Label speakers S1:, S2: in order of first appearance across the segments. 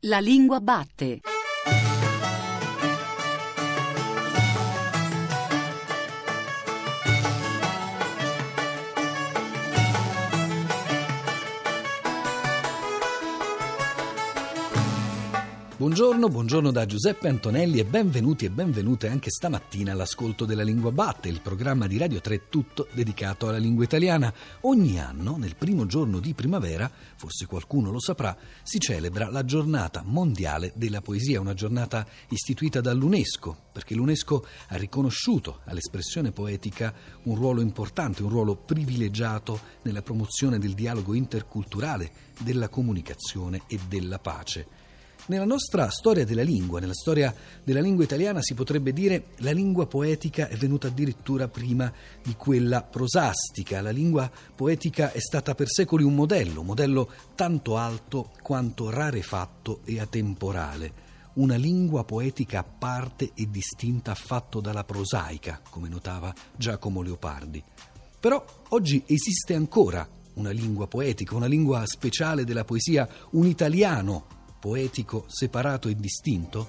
S1: La lingua batte.
S2: Buongiorno da Giuseppe Antonelli e benvenuti e benvenute anche stamattina all'ascolto della Lingua Batte, il programma di Radio 3 tutto dedicato alla lingua italiana. Ogni anno, nel primo giorno di primavera, forse qualcuno lo saprà, si celebra la Giornata Mondiale della Poesia, una giornata istituita dall'UNESCO, perché l'UNESCO ha riconosciuto all'espressione poetica un ruolo importante, un ruolo privilegiato nella promozione del dialogo interculturale, della comunicazione e della pace. Nella nostra storia della lingua, nella storia della lingua italiana, si potrebbe dire la lingua poetica è venuta addirittura prima di quella prosastica. La lingua poetica è stata per secoli un modello tanto alto quanto rarefatto e atemporale. Una lingua poetica a parte e distinta affatto dalla prosaica, come notava Giacomo Leopardi. Però oggi esiste ancora una lingua poetica, una lingua speciale della poesia, un italiano poetico separato e distinto?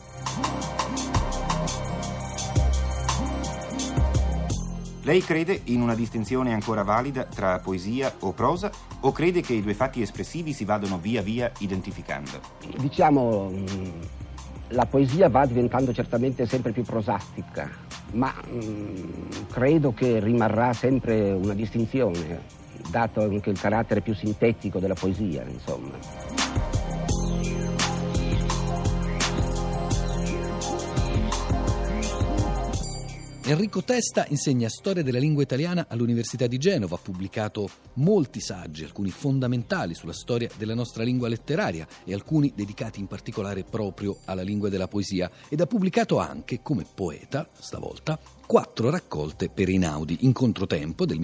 S3: Lei crede in una distinzione ancora valida tra poesia o prosa o crede che i due fatti espressivi si vadano via via identificando?
S4: Diciamo, la poesia va diventando certamente sempre più prosastica, ma credo che rimarrà sempre una distinzione, dato anche il carattere più sintetico della poesia, insomma.
S2: Enrico Testa insegna storia della lingua italiana all'Università di Genova, ha pubblicato molti saggi, alcuni fondamentali sulla storia della nostra lingua letteraria e alcuni dedicati in particolare proprio alla lingua della poesia, ed ha pubblicato anche, come poeta, stavolta, 4 raccolte per Einaudi: In controtempo del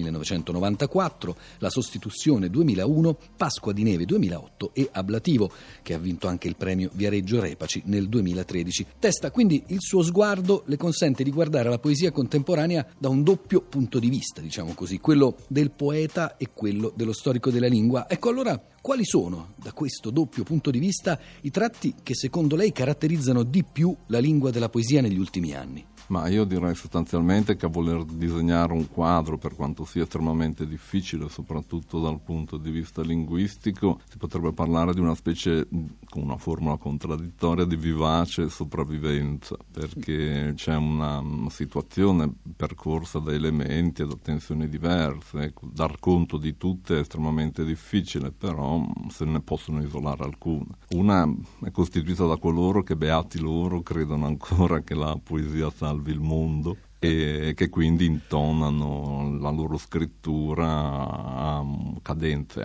S2: 1994, La sostituzione 2001, Pasqua di neve 2008 e Ablativo, che ha vinto anche il premio Viareggio Repaci nel 2013. Testa quindi il suo sguardo le consente di guardare la poesia contemporanea da un doppio punto di vista, diciamo così, quello del poeta e quello dello storico della lingua. Ecco, allora, quali sono, da questo doppio punto di vista, i tratti che secondo lei caratterizzano di più la lingua della poesia negli ultimi anni?
S5: Ma io direi sostanzialmente che a voler disegnare un quadro, per quanto sia estremamente difficile, soprattutto dal punto di vista linguistico, si potrebbe parlare di una specie, con una formula contraddittoria, di vivace sopravvivenza, perché c'è una situazione percorsa da elementi e da tensioni diverse. Dar conto di tutte è estremamente difficile, però se ne possono isolare alcune. Una è costituita da coloro che, beati loro, credono ancora che la poesia salvi il mondo e che quindi intonano la loro scrittura a cadenze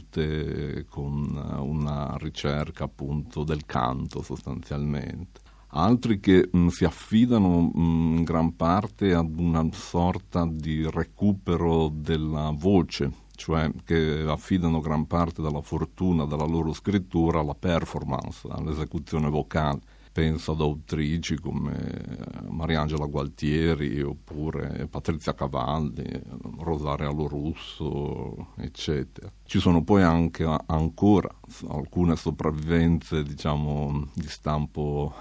S5: alte, con una ricerca appunto del canto sostanzialmente. Altri che si affidano in gran parte ad una sorta di recupero della voce, cioè che affidano gran parte della fortuna della loro scrittura alla performance, all'esecuzione vocale. Penso ad autrici come Mariangela Gualtieri oppure Patrizia Cavalli, Rosaria Lorusso, eccetera. Ci sono poi anche ancora alcune sopravvivenze, diciamo, di stampo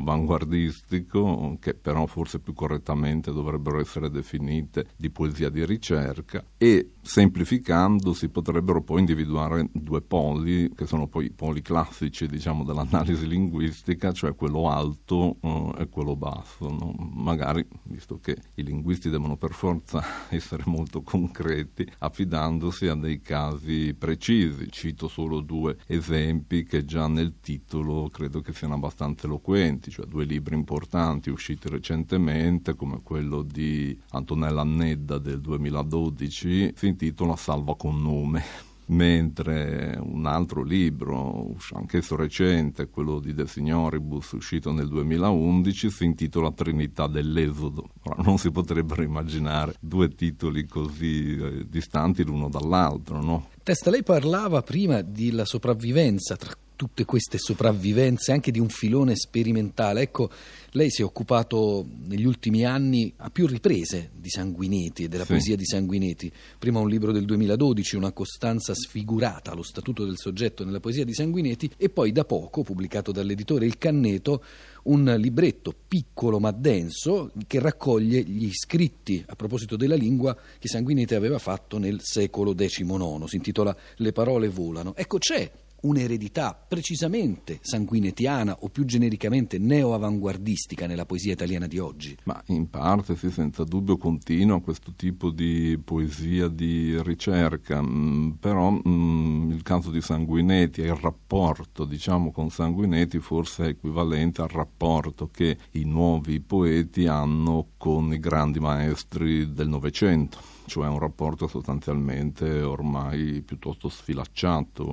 S5: neoavanguardistico, che però forse più correttamente dovrebbero essere definite di poesia di ricerca, e semplificando si potrebbero poi individuare due poli, che sono poi i poli classici, diciamo, dell'analisi linguistica, cioè quello alto e quello basso, no? Magari, visto che i linguisti devono per forza essere molto concreti, affidandosi a dei casi precisi. Cito solo 2 esempi che già nel titolo credo che siano abbastanza eloquenti, cioè 2 libri importanti usciti recentemente, come quello di Antonella Annedda del 2012, si intitola Salva con nome, mentre un altro libro, anch'esso recente, quello di De Signoribus, uscito nel 2011, si intitola Trinità dell'Esodo. Ora, non si potrebbero immaginare 2 titoli così distanti l'uno dall'altro, no?
S2: Testa, lei parlava prima della sopravvivenza tra tutte queste sopravvivenze anche di un filone sperimentale. Ecco, lei si è occupato negli ultimi anni a più riprese di Sanguinetti e della poesia di Sanguinetti. Prima un libro del 2012, Una costanza sfigurata, lo statuto del soggetto nella poesia di Sanguinetti, e poi da poco, pubblicato dall'editore Il Canneto, un libretto piccolo ma denso che raccoglie gli scritti a proposito della lingua che Sanguinetti aveva fatto nel secolo XIX. Si intitola Le parole volano. Ecco, c'è un'eredità precisamente sanguinettiana o più genericamente neo-avanguardistica nella poesia italiana di oggi?
S5: Ma in parte sì, senza dubbio continua questo tipo di poesia di ricerca, però il caso di Sanguinetti e il rapporto con Sanguinetti forse è equivalente al rapporto che i nuovi poeti hanno con i grandi maestri del Novecento, cioè un rapporto sostanzialmente ormai piuttosto sfilacciato,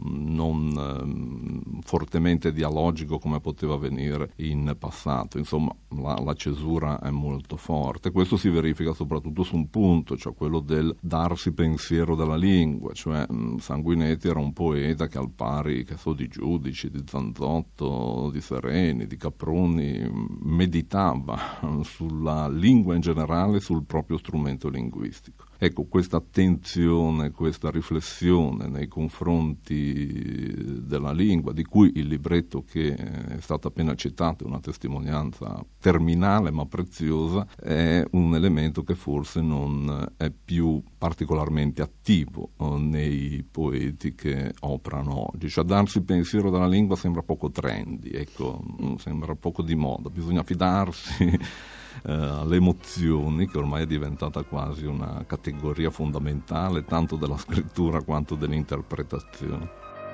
S5: non fortemente dialogico come poteva avvenire in passato. Insomma, la cesura è molto forte. Questo si verifica soprattutto su un punto, cioè quello del darsi pensiero della lingua. Cioè Sanguinetti era un poeta che al pari, di Giudici, di Zanzotto, di Sereni, di Caproni, meditava sulla lingua in generale, sul proprio strumento linguistico. Ecco, questa attenzione, questa riflessione nei confronti della lingua, di cui il libretto che è stato appena citato è una testimonianza terminale ma preziosa, è un elemento che forse non è più particolarmente attivo nei poeti che operano oggi. Cioè darsi pensiero dalla lingua sembra poco trendy, sembra poco di moda, bisogna fidarsi alle emozioni, che ormai è diventata quasi una categoria fondamentale tanto della scrittura quanto dell'interpretazione.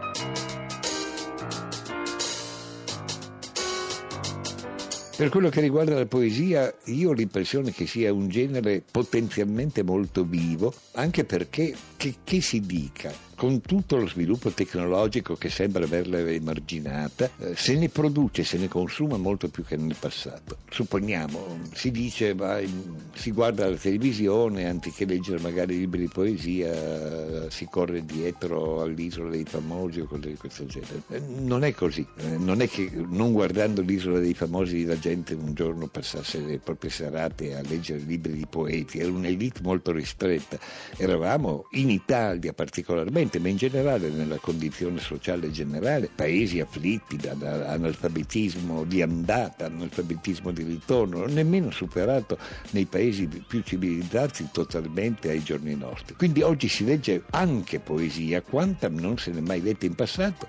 S1: Per quello che riguarda la poesia, io ho l'impressione che sia un genere potenzialmente molto vivo, anche perché, che si dica, con tutto lo sviluppo tecnologico che sembra averla emarginata, se ne produce, se ne consuma molto più che nel passato. Supponiamo, si dice, si guarda la televisione, anziché leggere magari libri di poesia, si corre dietro all'Isola dei Famosi o cose di questo genere. Non è così, non è che non guardando l'Isola dei Famosi la gente un giorno passasse le proprie serate a leggere libri di poeti, era un'elite molto ristretta. Eravamo in Italia particolarmente, ma in generale nella condizione sociale generale, paesi afflitti da analfabetismo di andata, analfabetismo di ritorno, nemmeno superato nei paesi più civilizzati totalmente ai giorni nostri. Quindi oggi si legge anche poesia, quanta non se n'è mai letta in passato.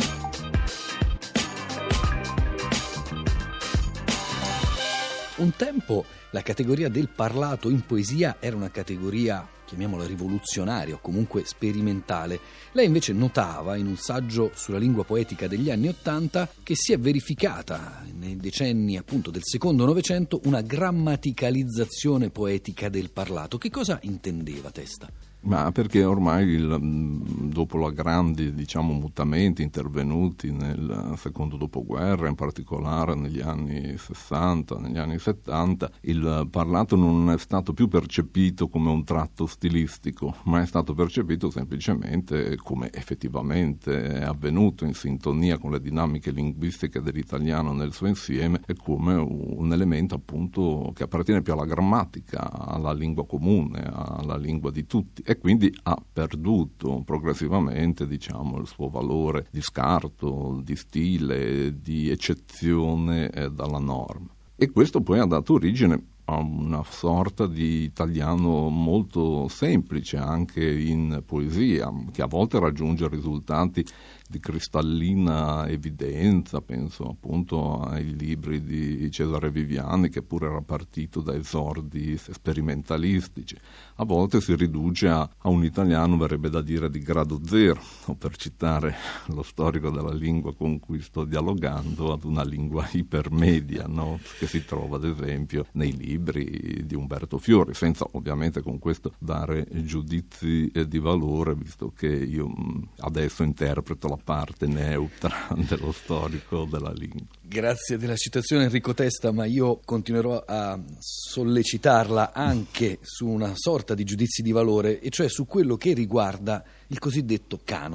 S2: Un tempo la categoria del parlato in poesia era una categoria, chiamiamola rivoluzionaria o comunque sperimentale. Lei invece notava in un saggio sulla lingua poetica degli anni '80 che si è verificata nei decenni appunto del secondo Novecento una grammaticalizzazione poetica del parlato. Che cosa intendeva Testa?
S5: Ma perché ormai dopo la grandi mutamenti intervenuti nel secondo dopoguerra, in particolare negli anni 60, negli anni 70, il parlato non è stato più percepito come un tratto stilistico, ma è stato percepito semplicemente come effettivamente è avvenuto, in sintonia con le dinamiche linguistiche dell'italiano nel suo insieme, e come un elemento appunto che appartiene più alla grammatica, alla lingua comune, alla lingua di tutti. E quindi ha perduto progressivamente il suo valore di scarto, di stile, di eccezione dalla norma. E questo poi ha dato origine a una sorta di italiano molto semplice anche in poesia, che a volte raggiunge risultati di cristallina evidenza. Penso appunto ai libri di Cesare Viviani, che pure era partito da esordi sperimentalistici. A volte si riduce a un italiano, verrebbe da dire, di grado zero, o per citare lo storico della lingua con cui sto dialogando, ad una lingua ipermedia, no? Che si trova ad esempio nei libri di Umberto Fiori, senza ovviamente con questo dare giudizi di valore, visto che io adesso interpreto la parte neutra dello storico della lingua.
S2: Grazie della citazione Enrico Testa, ma io continuerò a sollecitarla anche su una sorta di giudizi di valore, e cioè su quello che riguarda il cosiddetto canone.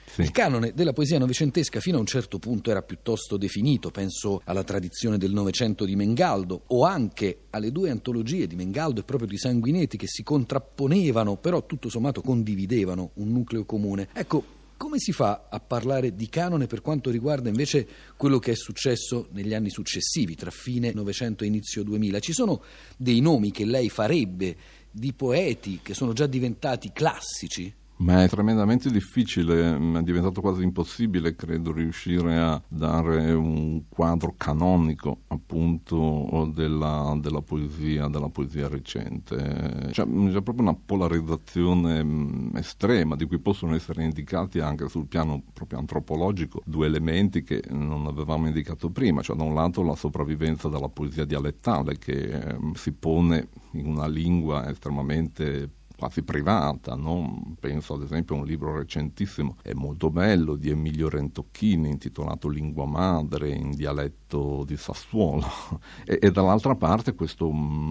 S5: Sì.
S2: Il canone della poesia novecentesca fino a un certo punto era piuttosto definito, penso alla tradizione del Novecento di Mengaldo o anche alle due antologie di Mengaldo e proprio di Sanguinetti che si contrapponevano, però tutto sommato condividevano un nucleo comune. Ecco, come si fa a parlare di canone per quanto riguarda invece quello che è successo negli anni successivi, tra fine Novecento e inizio 2000? Ci sono dei nomi che lei farebbe di poeti che sono già diventati classici?
S5: Ma è tremendamente difficile, è diventato quasi impossibile, credo, riuscire a dare un quadro canonico appunto della poesia recente. C'è proprio una polarizzazione estrema di cui possono essere indicati anche sul piano proprio antropologico due elementi che non avevamo indicato prima, cioè da un lato la sopravvivenza della poesia dialettale che si pone in una lingua estremamente quasi privata, no? Penso ad esempio a un libro recentissimo e molto bello di Emilio Rentocchini intitolato Lingua Madre in dialetto di Sassuolo e dall'altra parte questa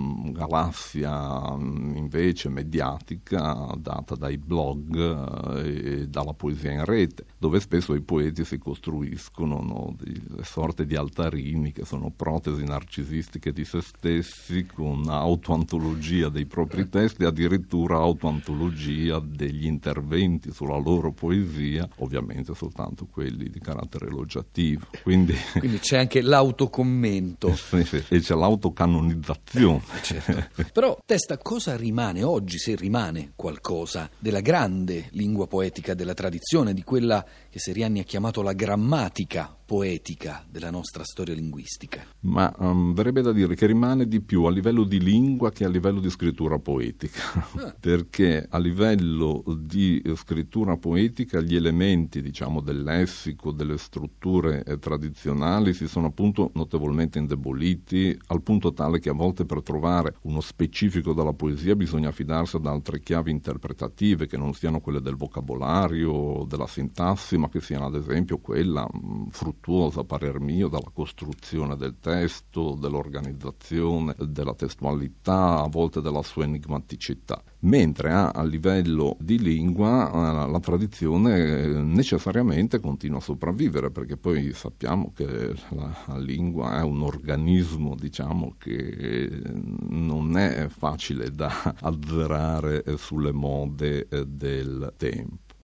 S5: galassia invece mediatica data dai blog e dalla poesia in rete, dove spesso i poeti si costruiscono, no, delle sorte di altarini che sono protesi narcisistiche di se stessi con autoantologia dei propri testi, addirittura autoantologia degli interventi sulla loro poesia, ovviamente soltanto quelli di carattere elogiativo. Quindi
S2: c'è anche l'autocommento.
S5: Sì, e c'è l'autocanonizzazione.
S2: Certo. Però, Testa, cosa rimane oggi, se rimane qualcosa, della grande lingua poetica della tradizione, di quella che Seriani ha chiamato la grammatica poetica della nostra storia linguistica?
S5: Ma verrebbe da dire che rimane di più a livello di lingua che a livello di scrittura poetica, perché a livello di scrittura poetica gli elementi, diciamo, del lessico, delle strutture tradizionali si sono appunto notevolmente indeboliti, al punto tale che a volte per trovare uno specifico della poesia bisogna fidarsi ad altre chiavi interpretative che non siano quelle del vocabolario, della sintassi, ma che siano ad esempio quella fruttuosa, a parer mio, dalla costruzione del testo, dell'organizzazione, della testualità, a volte della sua enigmaticità. Mentre a livello di lingua la tradizione necessariamente continua a sopravvivere, perché poi sappiamo che la lingua è un organismo, diciamo, che non è facile da azzerare sulle mode del tempo.